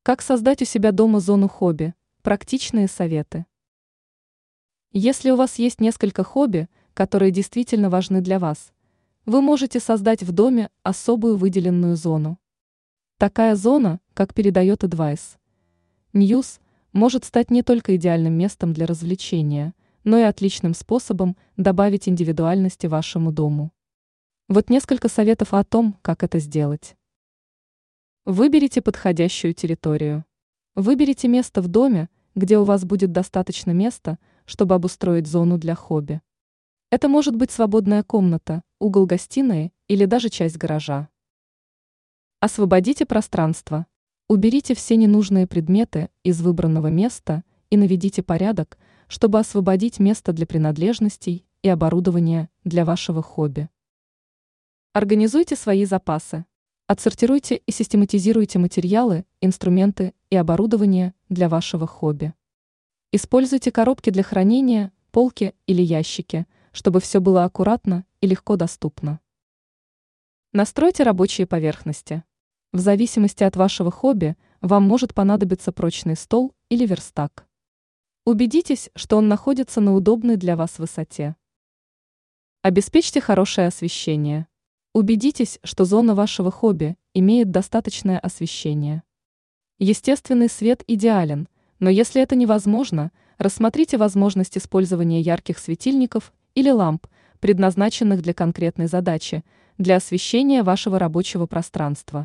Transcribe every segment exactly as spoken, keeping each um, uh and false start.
Как создать у себя дома зону хобби? Практичные советы. Если у вас есть несколько хобби, которые действительно важны для вас, вы можете создать в доме особую выделенную зону. Такая зона, как передает Advice News, может стать не только идеальным местом для развлечения, но и отличным способом добавить индивидуальности вашему дому. Вот несколько советов о том, как это сделать. Выберите подходящую территорию. Выберите место в доме, где у вас будет достаточно места, чтобы обустроить зону для хобби. Это может быть свободная комната, угол гостиной или даже часть гаража. Освободите пространство. Уберите все ненужные предметы из выбранного места и наведите порядок, чтобы освободить место для принадлежностей и оборудования для вашего хобби. Организуйте свои запасы. Отсортируйте и систематизируйте материалы, инструменты и оборудование для вашего хобби. Используйте коробки для хранения, полки или ящики, чтобы все было аккуратно и легко доступно. Настройте рабочие поверхности. В зависимости от вашего хобби вам может понадобиться прочный стол или верстак. Убедитесь, что он находится на удобной для вас высоте. Обеспечьте хорошее освещение. Убедитесь, что зона вашего хобби имеет достаточное освещение. Естественный свет идеален, но если это невозможно, рассмотрите возможность использования ярких светильников или ламп, предназначенных для конкретной задачи, для освещения вашего рабочего пространства.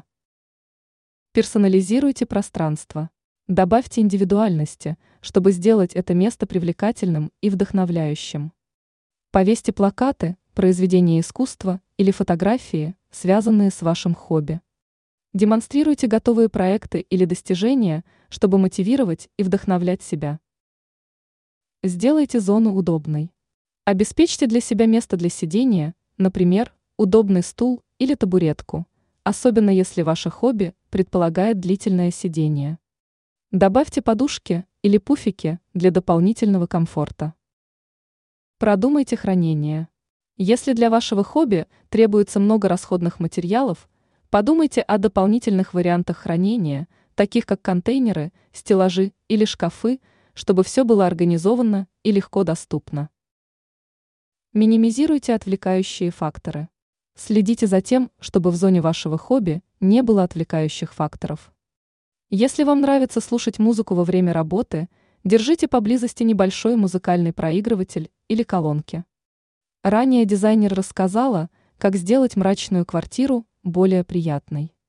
Персонализируйте пространство. Добавьте индивидуальности, чтобы сделать это место привлекательным и вдохновляющим. Повесьте плакаты, произведения искусства или фотографии, связанные с вашим хобби. Демонстрируйте готовые проекты или достижения, чтобы мотивировать и вдохновлять себя. Сделайте зону удобной. Обеспечьте для себя место для сидения, например, удобный стул или табуретку, особенно если ваше хобби предполагает длительное сидение. Добавьте подушки или пуфики для дополнительного комфорта. Продумайте хранение. Если для вашего хобби требуется много расходных материалов, подумайте о дополнительных вариантах хранения, таких как контейнеры, стеллажи или шкафы, чтобы все было организовано и легко доступно. Минимизируйте отвлекающие факторы. Следите за тем, чтобы в зоне вашего хобби не было отвлекающих факторов. Если вам нравится слушать музыку во время работы, держите поблизости небольшой музыкальный проигрыватель или колонки. Ранее дизайнер рассказала, как сделать мрачную квартиру более приятной.